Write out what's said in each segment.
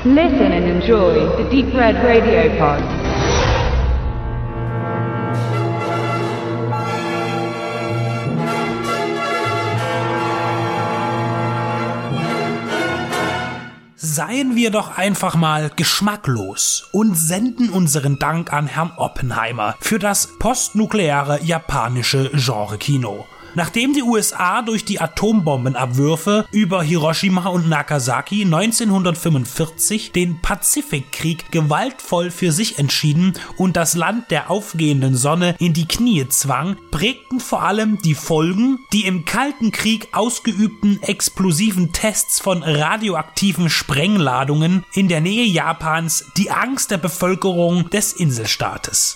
Listen and enjoy the Deep Red Radio Pod. Seien wir doch einfach mal geschmacklos und senden unseren Dank an Herrn Oppenheimer für das postnukleare japanische Genre-Kino. Nachdem die USA durch die Atombombenabwürfe über Hiroshima und Nagasaki 1945 den Pazifikkrieg gewaltvoll für sich entschieden und das Land der aufgehenden Sonne in die Knie zwang, prägten vor allem die Folgen, die im Kalten Krieg ausgeübten explosiven Tests von radioaktiven Sprengladungen in der Nähe Japans die Angst der Bevölkerung des Inselstaates.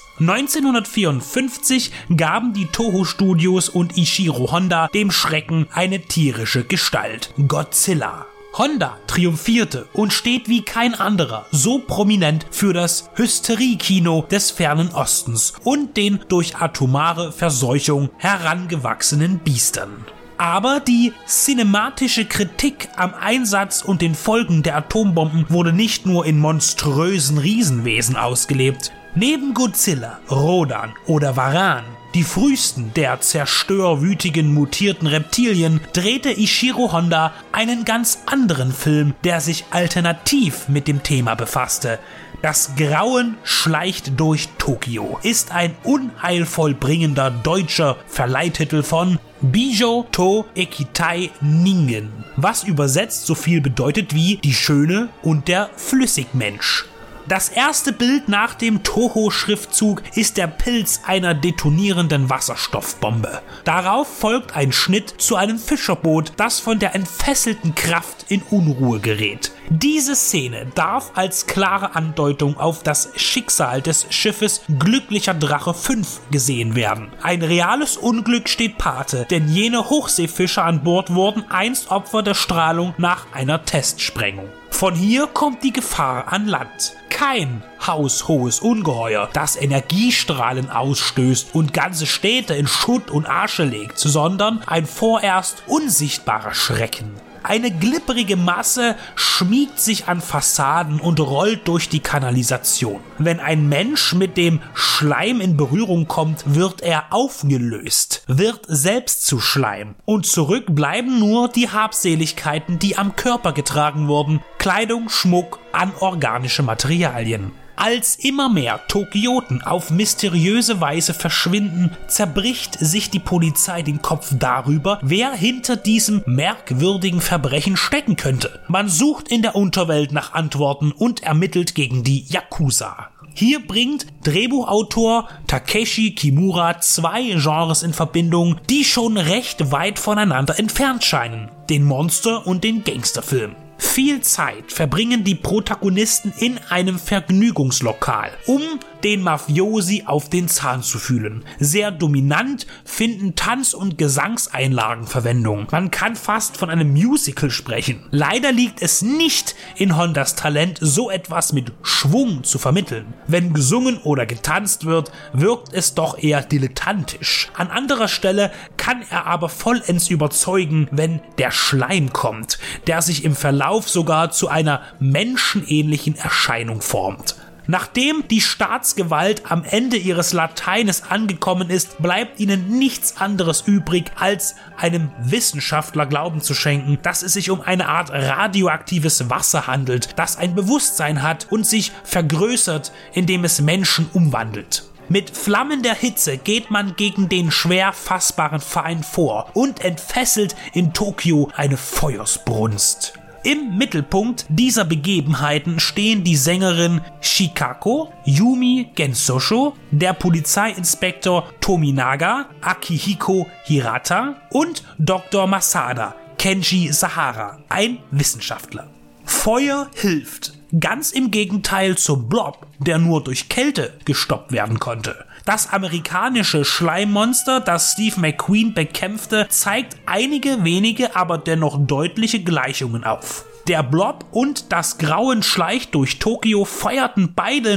1954 gaben die Toho-Studios und Ishiro Honda dem Schrecken eine tierische Gestalt: Godzilla. Honda triumphierte und steht wie kein anderer so prominent für das Hysterie-Kino des Fernen Ostens und den durch atomare Verseuchung herangewachsenen Biestern. Aber die cinematische Kritik am Einsatz und den Folgen der Atombomben wurde nicht nur in monströsen Riesenwesen ausgelebt. Neben Godzilla, Rodan oder Varan, die frühesten der zerstörwütigen mutierten Reptilien, drehte Ishiro Honda einen ganz anderen Film, der sich alternativ mit dem Thema befasste. Das Grauen schleicht durch Tokio ist ein unheilvoll bringender deutscher Verleihtitel von Bijou to Ekitai Ningen, was übersetzt so viel bedeutet wie die Schöne und der Flüssigmensch. Das erste Bild nach dem Toho-Schriftzug ist der Pilz einer detonierenden Wasserstoffbombe. Darauf folgt ein Schnitt zu einem Fischerboot, das von der entfesselten Kraft in Unruhe gerät. Diese Szene darf als klare Andeutung auf das Schicksal des Schiffes Glücklicher Drache 5 gesehen werden. Ein reales Unglück steht Pate, denn jene Hochseefischer an Bord wurden einst Opfer der Strahlung nach einer Testsprengung. Von hier kommt die Gefahr an Land. Kein haushohes Ungeheuer, das Energiestrahlen ausstößt und ganze Städte in Schutt und Asche legt, sondern ein vorerst unsichtbarer Schrecken. Eine glibberige Masse schmiegt sich an Fassaden und rollt durch die Kanalisation. Wenn ein Mensch mit dem Schleim in Berührung kommt, wird er aufgelöst, wird selbst zu Schleim. Und zurück bleiben nur die Habseligkeiten, die am Körper getragen wurden: Kleidung, Schmuck, anorganische Materialien. Als immer mehr Tokioten auf mysteriöse Weise verschwinden, zerbricht sich die Polizei den Kopf darüber, wer hinter diesem merkwürdigen Verbrechen stecken könnte. Man sucht in der Unterwelt nach Antworten und ermittelt gegen die Yakuza. Hier bringt Drehbuchautor Takeshi Kimura zwei Genres in Verbindung, die schon recht weit voneinander entfernt scheinen: den Monster- und den Gangsterfilm. Viel Zeit verbringen die Protagonisten in einem Vergnügungslokal, um den Mafiosi auf den Zahn zu fühlen. Sehr dominant finden Tanz- und Gesangseinlagen Verwendung. Man kann fast von einem Musical sprechen. Leider liegt es nicht in Hondas Talent, so etwas mit Schwung zu vermitteln. Wenn gesungen oder getanzt wird, wirkt es doch eher dilettantisch. An anderer Stelle kann er aber vollends überzeugen, wenn der Schleim kommt, der sich im Verlauf sogar zu einer menschenähnlichen Erscheinung formt. Nachdem die Staatsgewalt am Ende ihres Lateines angekommen ist, bleibt ihnen nichts anderes übrig, als einem Wissenschaftler Glauben zu schenken, dass es sich um eine Art radioaktives Wasser handelt, das ein Bewusstsein hat und sich vergrößert, indem es Menschen umwandelt. Mit flammender Hitze geht man gegen den schwer fassbaren Feind vor und entfesselt in Tokio eine Feuersbrunst. Im Mittelpunkt dieser Begebenheiten stehen die Sängerin Shikako, Yumi Gensosho, der Polizeiinspektor Tominaga, Akihiko Hirata und Dr. Masada, Kenji Sahara, ein Wissenschaftler. Feuer hilft. Ganz im Gegenteil zum Blob, der nur durch Kälte gestoppt werden konnte. Das amerikanische Schleimmonster, das Steve McQueen bekämpfte, zeigt einige wenige, aber dennoch deutliche Gleichungen auf. Der Blob und das Grauen schleicht durch Tokio feierten beide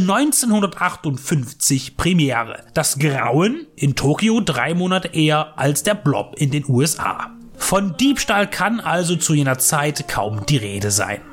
1958 Premiere. Das Grauen in Tokio 3 Monate eher als der Blob in den USA. Von Diebstahl kann also zu jener Zeit kaum die Rede sein.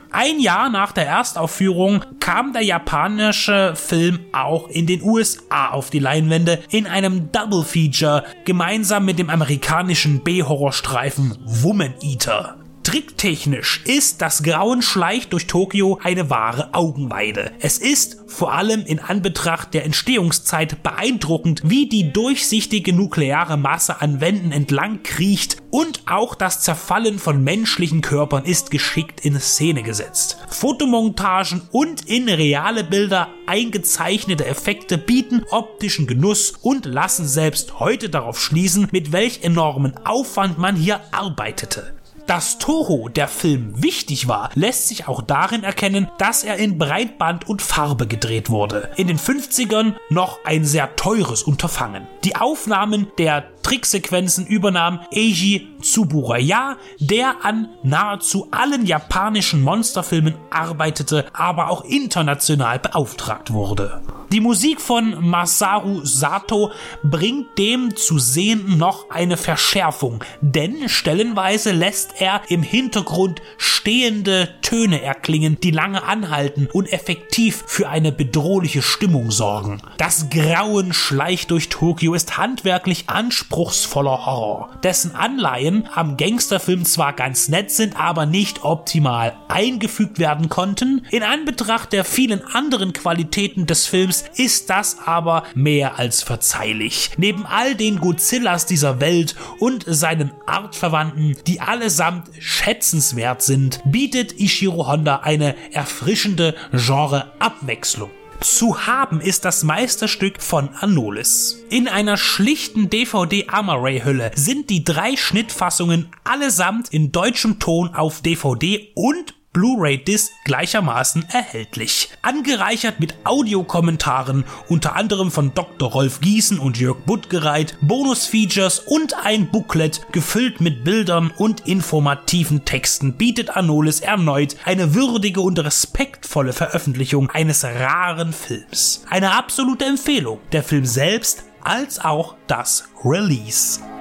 Ein Jahr nach der Erstaufführung kam der japanische Film auch in den USA auf die Leinwände in einem Double Feature gemeinsam mit dem amerikanischen B-Horrorstreifen Woman Eater. Tricktechnisch ist Das Grauen schleicht durch Tokio eine wahre Augenweide. Es ist vor allem in Anbetracht der Entstehungszeit beeindruckend, wie die durchsichtige nukleare Masse an Wänden entlang kriecht, und auch das Zerfallen von menschlichen Körpern ist geschickt in Szene gesetzt. Fotomontagen und in reale Bilder eingezeichnete Effekte bieten optischen Genuss und lassen selbst heute darauf schließen, mit welch enormen Aufwand man hier arbeitete. Dass Toho der Film wichtig war, lässt sich auch darin erkennen, dass er in Breitband und Farbe gedreht wurde. In den 50ern noch ein sehr teures Unterfangen. Die Aufnahmen der Tricksequenzen übernahm Eiji Tsuburaya, der an nahezu allen japanischen Monsterfilmen arbeitete, aber auch international beauftragt wurde. Die Musik von Masaru Sato bringt dem zu Sehenden noch eine Verschärfung, denn stellenweise lässt er im Hintergrund stehende Töne erklingen, die lange anhalten und effektiv für eine bedrohliche Stimmung sorgen. Das Grauen schleicht durch Tokio ist handwerklich anspruchsvoller Horror, dessen Anleihen am Gangsterfilm zwar ganz nett sind, aber nicht optimal eingefügt werden konnten. In Anbetracht der vielen anderen Qualitäten des Films ist das aber mehr als verzeihlich. Neben all den Godzillas dieser Welt und seinen Artverwandten, die allesamt schätzenswert sind, bietet Ishiro Honda eine erfrischende Genre-Abwechslung. Zu haben ist das Meisterstück von Anolis. In einer schlichten DVD-Armory-Hülle sind die 3 Schnittfassungen allesamt in deutschem Ton auf DVD und Blu-ray-Disc gleichermaßen erhältlich. Angereichert mit Audiokommentaren, unter anderem von Dr. Rolf Gießen und Jörg Buttgereit, Bonus-Features und ein Booklet gefüllt mit Bildern und informativen Texten, bietet Anolis erneut eine würdige und respektvolle Veröffentlichung eines raren Films. Eine absolute Empfehlung, der Film selbst als auch das Release.